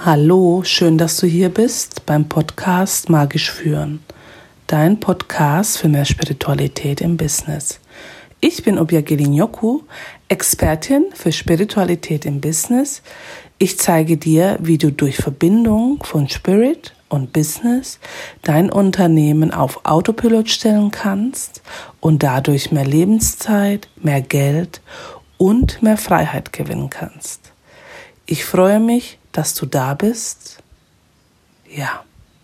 Hallo, schön, dass du hier bist beim Podcast Magisch Führen, dein Podcast für mehr Spiritualität im Business. Ich bin Obiageli Nyoku, Expertin für Spiritualität im Business. Ich zeige dir, wie du durch Verbindung von Spirit und Business dein Unternehmen auf Autopilot stellen kannst und dadurch mehr Lebenszeit, mehr Geld und mehr Freiheit gewinnen kannst. Ich freue mich, dass du da bist. Ja.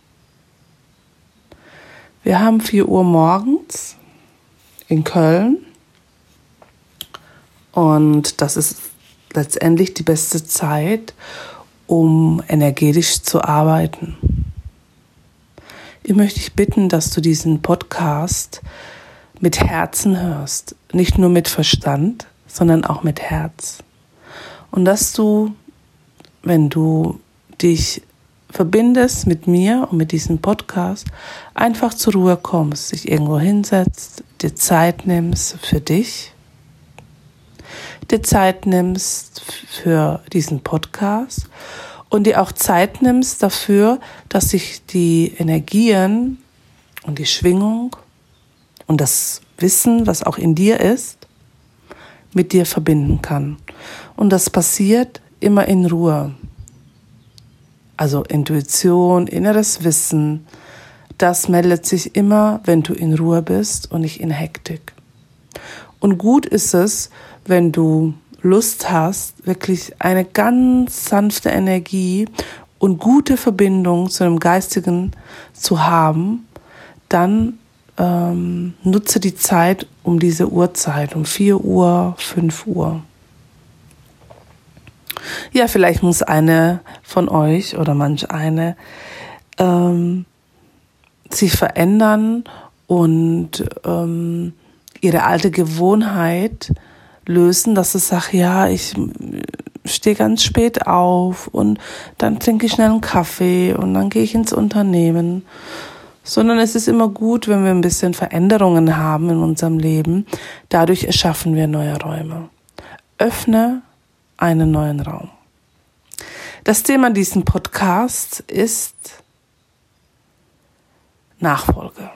Wir haben 4 Uhr morgens in Köln und das ist letztendlich die beste Zeit, um energetisch zu arbeiten. Ich möchte dich bitten, dass du diesen Podcast mit Herzen hörst, nicht nur mit Verstand, sondern auch mit Herz. Und dass du, wenn du dich verbindest mit mir und mit diesem Podcast, einfach zur Ruhe kommst, dich irgendwo hinsetzt, dir Zeit nimmst für dich, dir Zeit nimmst für diesen Podcast und dir auch Zeit nimmst dafür, dass sich die Energien und die Schwingung und das Wissen, was auch in dir ist, mit dir verbinden kann. Und das passiert immer in Ruhe. Also Intuition, inneres Wissen, das meldet sich immer, wenn du in Ruhe bist und nicht in Hektik. Und gut ist es, wenn du Lust hast, wirklich eine ganz sanfte Energie und gute Verbindung zu dem Geistigen zu haben, dann nutze die Zeit um diese Uhrzeit, um 4 Uhr, 5 Uhr. Ja, vielleicht muss eine von euch oder manch eine sich verändern und ihre alte Gewohnheit lösen, dass sie sagt, ja, ich stehe ganz spät auf und dann trinke ich schnell einen Kaffee und dann gehe ich ins Unternehmen. Sondern es ist immer gut, wenn wir ein bisschen Veränderungen haben in unserem Leben. Dadurch erschaffen wir neue Räume. Öffne einen neuen Raum. Das Thema dieses Podcasts ist Nachfolge.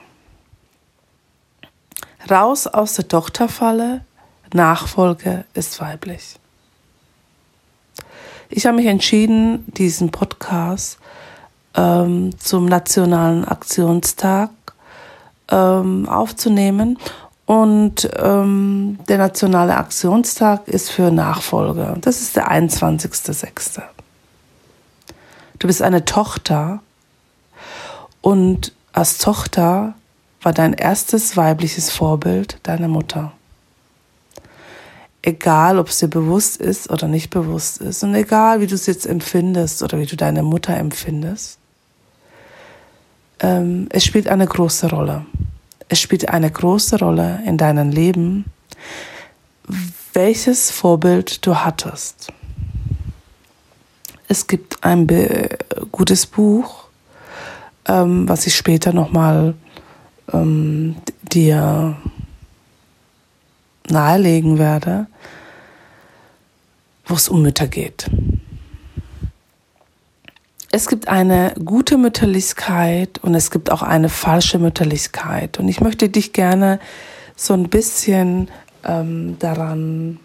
Raus aus der Tochterfalle, Nachfolge ist weiblich. Ich habe mich entschieden, diesen Podcast zum Nationalen Aktionstag aufzunehmen. Und der Nationale Aktionstag ist für Nachfolge. Das ist der 21.06. Du bist eine Tochter und als Tochter war dein erstes weibliches Vorbild deine Mutter. Egal, ob es dir bewusst ist oder nicht bewusst ist und egal, wie du es jetzt empfindest oder wie du deine Mutter empfindest, es spielt eine große Rolle. Es spielt eine große Rolle in deinem Leben, welches Vorbild du hattest. Es gibt ein gutes Buch, was ich später nochmal dir nahelegen werde, wo es um Mütter geht. Es gibt eine gute Mütterlichkeit und es gibt auch eine falsche Mütterlichkeit. Und ich möchte dich gerne so ein bisschen dahin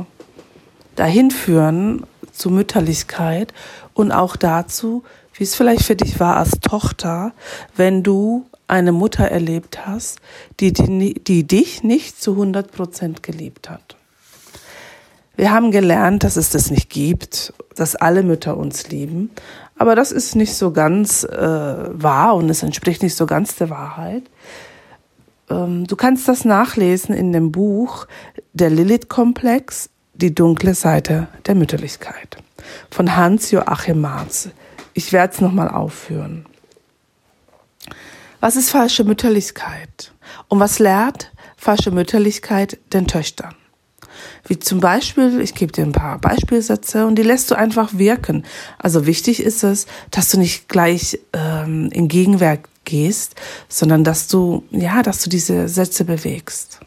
führen zur Mütterlichkeit und auch dazu, wie es vielleicht für dich war als Tochter, wenn du eine Mutter erlebt hast, die dich nicht zu 100% geliebt hat. Wir haben gelernt, dass es das nicht gibt, dass alle Mütter uns lieben. Aber das ist nicht so ganz wahr und es entspricht nicht so ganz der Wahrheit. Du kannst das nachlesen in dem Buch Der Lilith-Komplex, die dunkle Seite der Mütterlichkeit von Hans-Joachim Marz. Ich werde es nochmal aufführen. Was ist falsche Mütterlichkeit? Und was lehrt falsche Mütterlichkeit den Töchtern? Wie zum Beispiel, ich gebe dir ein paar Beispielsätze und die lässt du einfach wirken. Also wichtig ist es, dass du nicht gleich in Gegenwehr gehst, sondern dass du diese Sätze bewegst.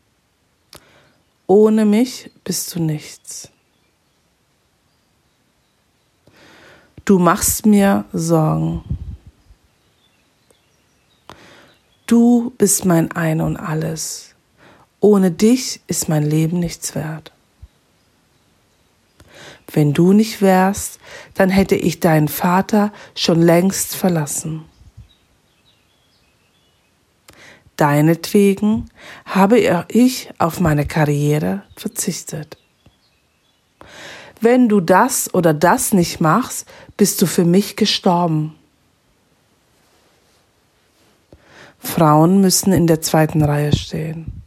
Ohne mich bist du nichts. Du machst mir Sorgen. Du bist mein Ein und Alles. Ohne dich ist mein Leben nichts wert. Wenn du nicht wärst, dann hätte ich deinen Vater schon längst verlassen. Deinetwegen habe ich auf meine Karriere verzichtet. Wenn du das oder das nicht machst, bist du für mich gestorben. Frauen müssen in der zweiten Reihe stehen.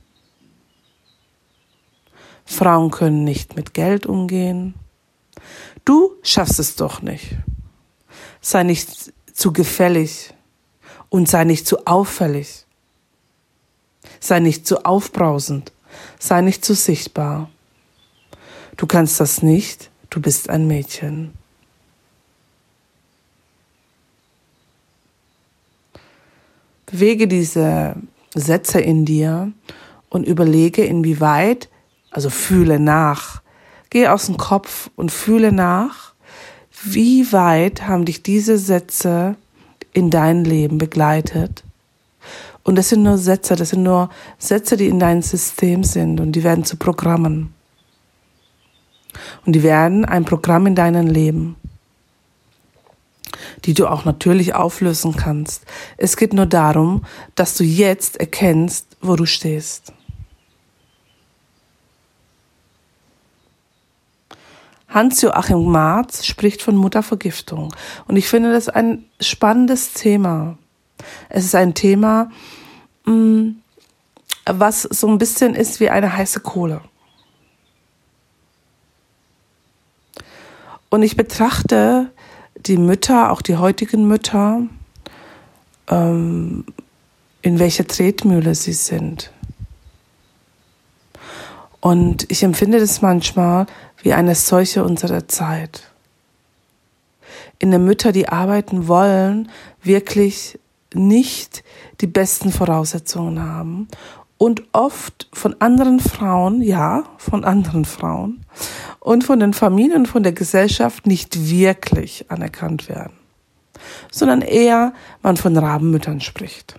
Frauen können nicht mit Geld umgehen. Du schaffst es doch nicht. Sei nicht zu gefällig und sei nicht zu auffällig. Sei nicht zu aufbrausend. Sei nicht zu sichtbar. Du kannst das nicht, du bist ein Mädchen. Bewege diese Sätze in dir und überlege, inwieweit, also fühle nach. Geh aus dem Kopf und fühle nach, wie weit haben dich diese Sätze in dein Leben begleitet. Und das sind nur Sätze, die in deinem System sind und die werden zu Programmen. Und die werden ein Programm in deinem Leben, die du auch natürlich auflösen kannst. Es geht nur darum, dass du jetzt erkennst, wo du stehst. Hans-Joachim Marz spricht von Muttervergiftung. Und ich finde das ein spannendes Thema. Es ist ein Thema, was so ein bisschen ist wie eine heiße Kohle. Und ich betrachte die Mütter, auch die heutigen Mütter, in welcher Tretmühle sie sind. Und ich empfinde das manchmal wie eine Seuche unserer Zeit. In den Müttern, die arbeiten wollen, wirklich nicht die besten Voraussetzungen haben und oft von anderen Frauen und von den Familien, von der Gesellschaft nicht wirklich anerkannt werden, sondern eher man von Rabenmüttern spricht.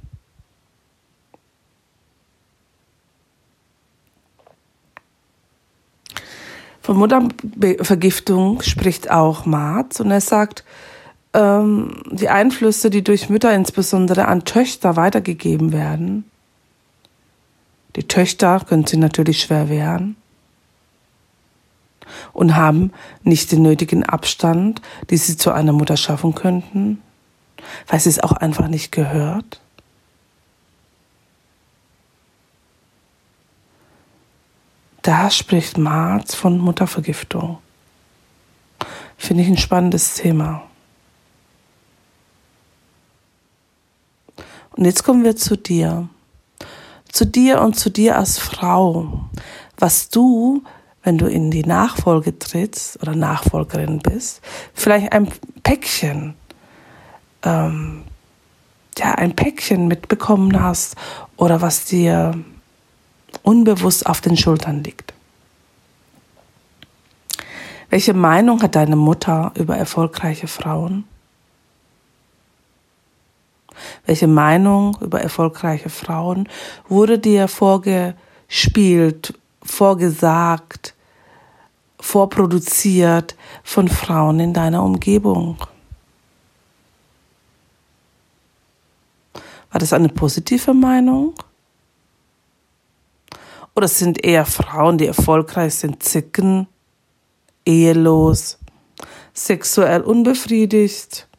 Von Muttervergiftung spricht auch Marz und er sagt, die Einflüsse, die durch Mütter insbesondere an Töchter weitergegeben werden, die Töchter können sich natürlich schwer wehren und haben nicht den nötigen Abstand, die sie zu einer Mutter schaffen könnten, weil sie es auch einfach nicht gehört. Da spricht Marz von Muttervergiftung. Finde ich ein spannendes Thema. Und jetzt kommen wir zu dir. Zu dir und zu dir als Frau. Was du, wenn du in die Nachfolge trittst oder Nachfolgerin bist, vielleicht ein Päckchen mitbekommen hast oder was dir unbewusst auf den Schultern liegt. Welche Meinung hat deine Mutter über erfolgreiche Frauen? Welche Meinung über erfolgreiche Frauen wurde dir vorgespielt, vorgesagt, vorproduziert von Frauen in deiner Umgebung? War das eine positive Meinung? Oder sind eher Frauen, die erfolgreich sind, zicken, ehelos, sexuell unbefriedigt,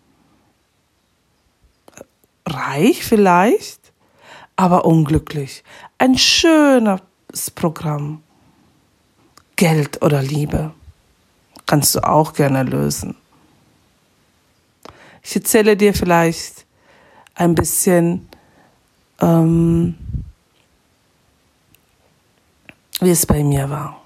reich vielleicht, aber unglücklich? Ein schönes Programm. Geld oder Liebe kannst du auch gerne lösen. Ich erzähle dir vielleicht ein bisschen, wie es bei mir war.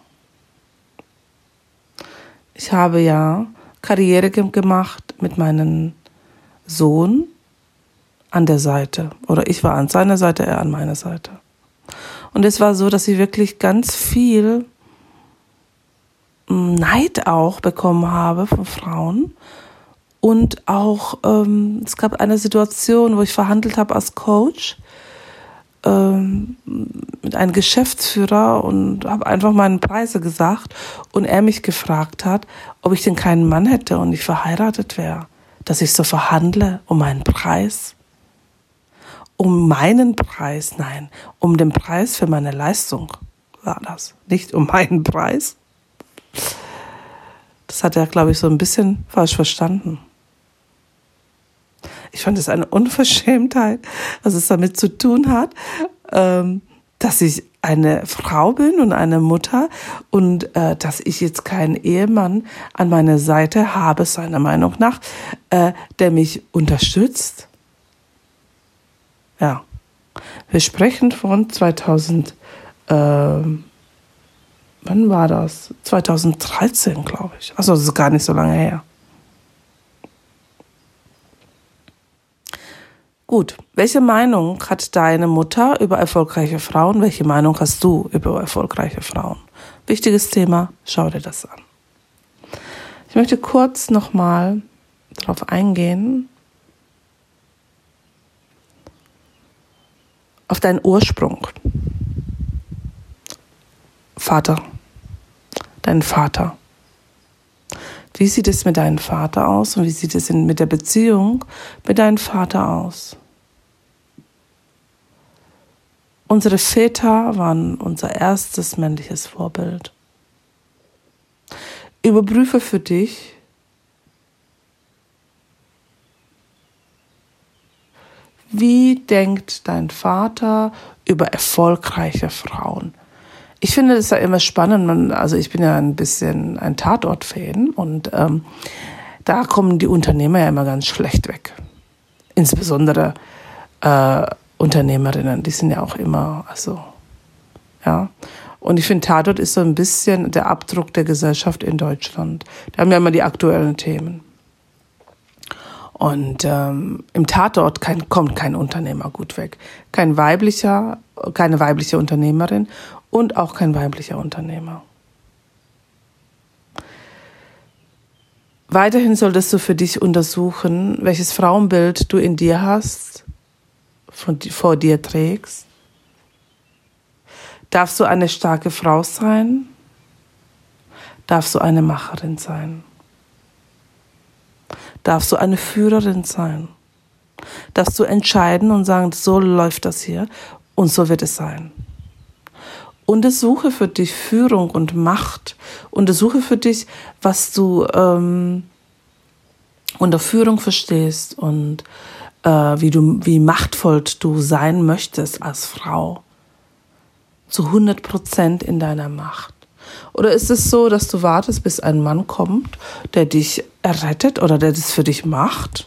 Ich habe ja Karriere gemacht mit meinem Sohn an der Seite. Oder ich war an seiner Seite, er an meiner Seite. Und es war so, dass ich wirklich ganz viel Neid auch bekommen habe von Frauen. Und auch, es gab eine Situation, wo ich verhandelt habe als Coach mit einem Geschäftsführer und habe einfach meine Preise gesagt und er mich gefragt hat, ob ich denn keinen Mann hätte und ich verheiratet wäre, dass ich so verhandle um meinen Preis. Um meinen Preis, nein, um den Preis für meine Leistung war das, nicht um meinen Preis. Das hat er, glaube ich, so ein bisschen falsch verstanden. Ich fand es eine Unverschämtheit, was es damit zu tun hat, dass ich eine Frau bin und eine Mutter und dass ich jetzt keinen Ehemann an meiner Seite habe, seiner Meinung nach, der mich unterstützt. Ja, wir sprechen von 2000, wann war das? 2013, glaube ich. Also das ist gar nicht so lange her. Gut, welche Meinung hat deine Mutter über erfolgreiche Frauen? Welche Meinung hast du über erfolgreiche Frauen? Wichtiges Thema, schau dir das an. Ich möchte kurz nochmal darauf eingehen, auf deinen Ursprung. Vater, dein Vater. Wie sieht es mit deinem Vater aus und wie sieht es mit der Beziehung mit deinem Vater aus? Unsere Väter waren unser erstes männliches Vorbild. Überprüfe für dich, wie denkt dein Vater über erfolgreiche Frauen? Ich finde das ja immer spannend, also ich bin ja ein bisschen ein Tatort-Fan und da kommen die Unternehmer ja immer ganz schlecht weg. Insbesondere Unternehmerinnen, die sind ja auch immer, ja. Und ich finde, Tatort ist so ein bisschen der Abdruck der Gesellschaft in Deutschland. Da haben ja immer die aktuellen Themen. Und im Tatort kommt kein Unternehmer gut weg. Keine weibliche Unternehmerin und auch kein weiblicher Unternehmer. Weiterhin solltest du für dich untersuchen, welches Frauenbild du in dir hast, vor dir trägst. Darfst du eine starke Frau sein? Darfst du eine Macherin sein? Darfst du eine Führerin sein? Darfst du entscheiden und sagen, so läuft das hier und so wird es sein? Untersuche für dich Führung und Macht. Untersuche für dich, was du unter Führung verstehst und wie machtvoll du sein möchtest als Frau. Zu 100% in deiner Macht. Oder ist es so, dass du wartest, bis ein Mann kommt, der dich errettet oder der das für dich macht?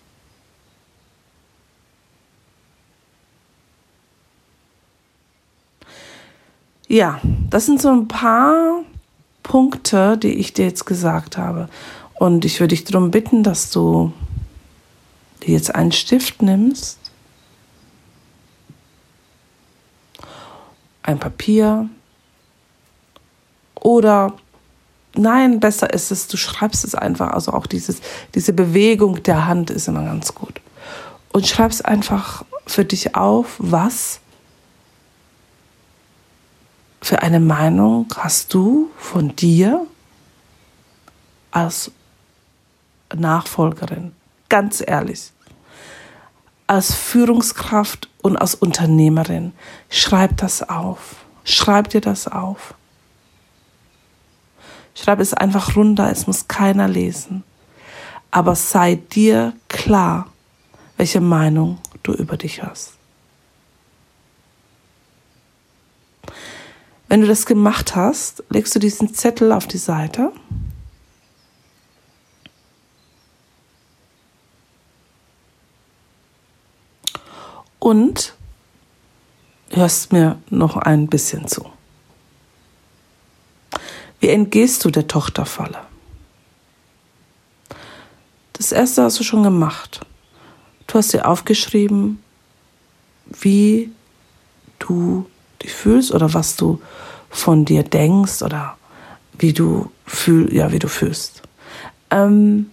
Ja, das sind so ein paar Punkte, die ich dir jetzt gesagt habe. Und ich würde dich darum bitten, dass du dir jetzt einen Stift nimmst, ein Papier oder nein, besser ist es, du schreibst es einfach, also auch diese Bewegung der Hand ist immer ganz gut. Und schreibst einfach für dich auf, was für eine Meinung hast du von dir als Nachfolgerin, ganz ehrlich. Als Führungskraft und als Unternehmerin, schreib das auf. Schreib dir das auf. Schreib es einfach runter, es muss keiner lesen. Aber sei dir klar, welche Meinung du über dich hast. Wenn du das gemacht hast, legst du diesen Zettel auf die Seite. Und hörst mir noch ein bisschen zu. Wie entgehst du der Tochterfalle? Das erste hast du schon gemacht. Du hast dir aufgeschrieben, wie du dich fühlst oder was du von dir denkst oder wie du fühlst. Du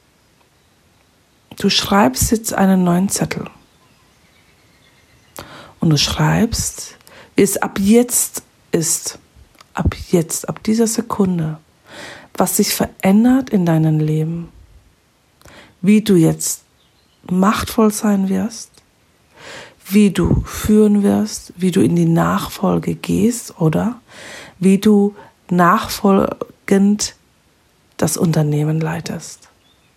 schreibst jetzt einen neuen Zettel. Und du schreibst, wie es ab jetzt ist, ab dieser Sekunde, was sich verändert in deinem Leben, wie du jetzt machtvoll sein wirst, wie du führen wirst, wie du in die Nachfolge gehst oder wie du nachfolgend das Unternehmen leitest.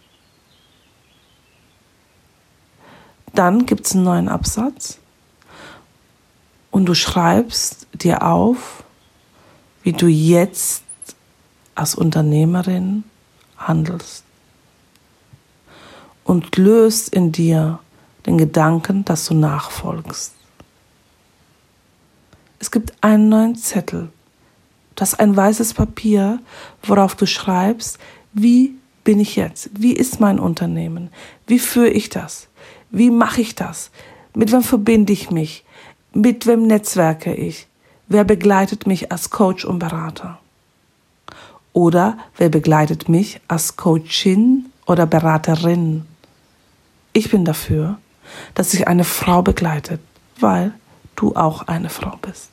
Dann gibt es einen neuen Absatz und du schreibst dir auf, wie du jetzt als Unternehmerin handelst und löst in dir den Gedanken, dass du nachfolgst. Es gibt einen neuen Zettel. Das ist ein weißes Papier, worauf du schreibst, wie bin ich jetzt? Wie ist mein Unternehmen? Wie führe ich das? Wie mache ich das? Mit wem verbinde ich mich? Mit wem netzwerke ich? Wer begleitet mich als Coach und Berater? Oder wer begleitet mich als Coachin oder Beraterin? Ich bin dafür, dass sich eine Frau begleitet, weil du auch eine Frau bist.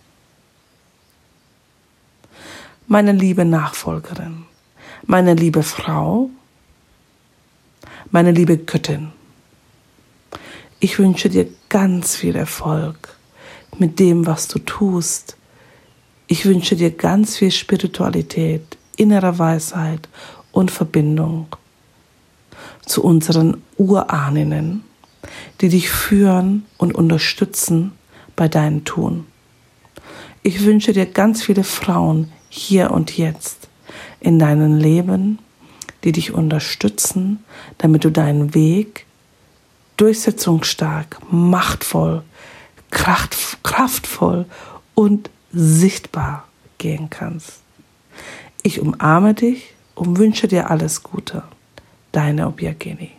Meine liebe Nachfolgerin, meine liebe Frau, meine liebe Göttin, ich wünsche dir ganz viel Erfolg mit dem, was du tust. Ich wünsche dir ganz viel Spiritualität, innere Weisheit und Verbindung zu unseren Urahninnen, die dich führen und unterstützen bei deinem Tun. Ich wünsche dir ganz viele Frauen hier und jetzt in deinem Leben, die dich unterstützen, damit du deinen Weg durchsetzungsstark, machtvoll, kraftvoll und sichtbar gehen kannst. Ich umarme dich und wünsche dir alles Gute. Deine Obiageni.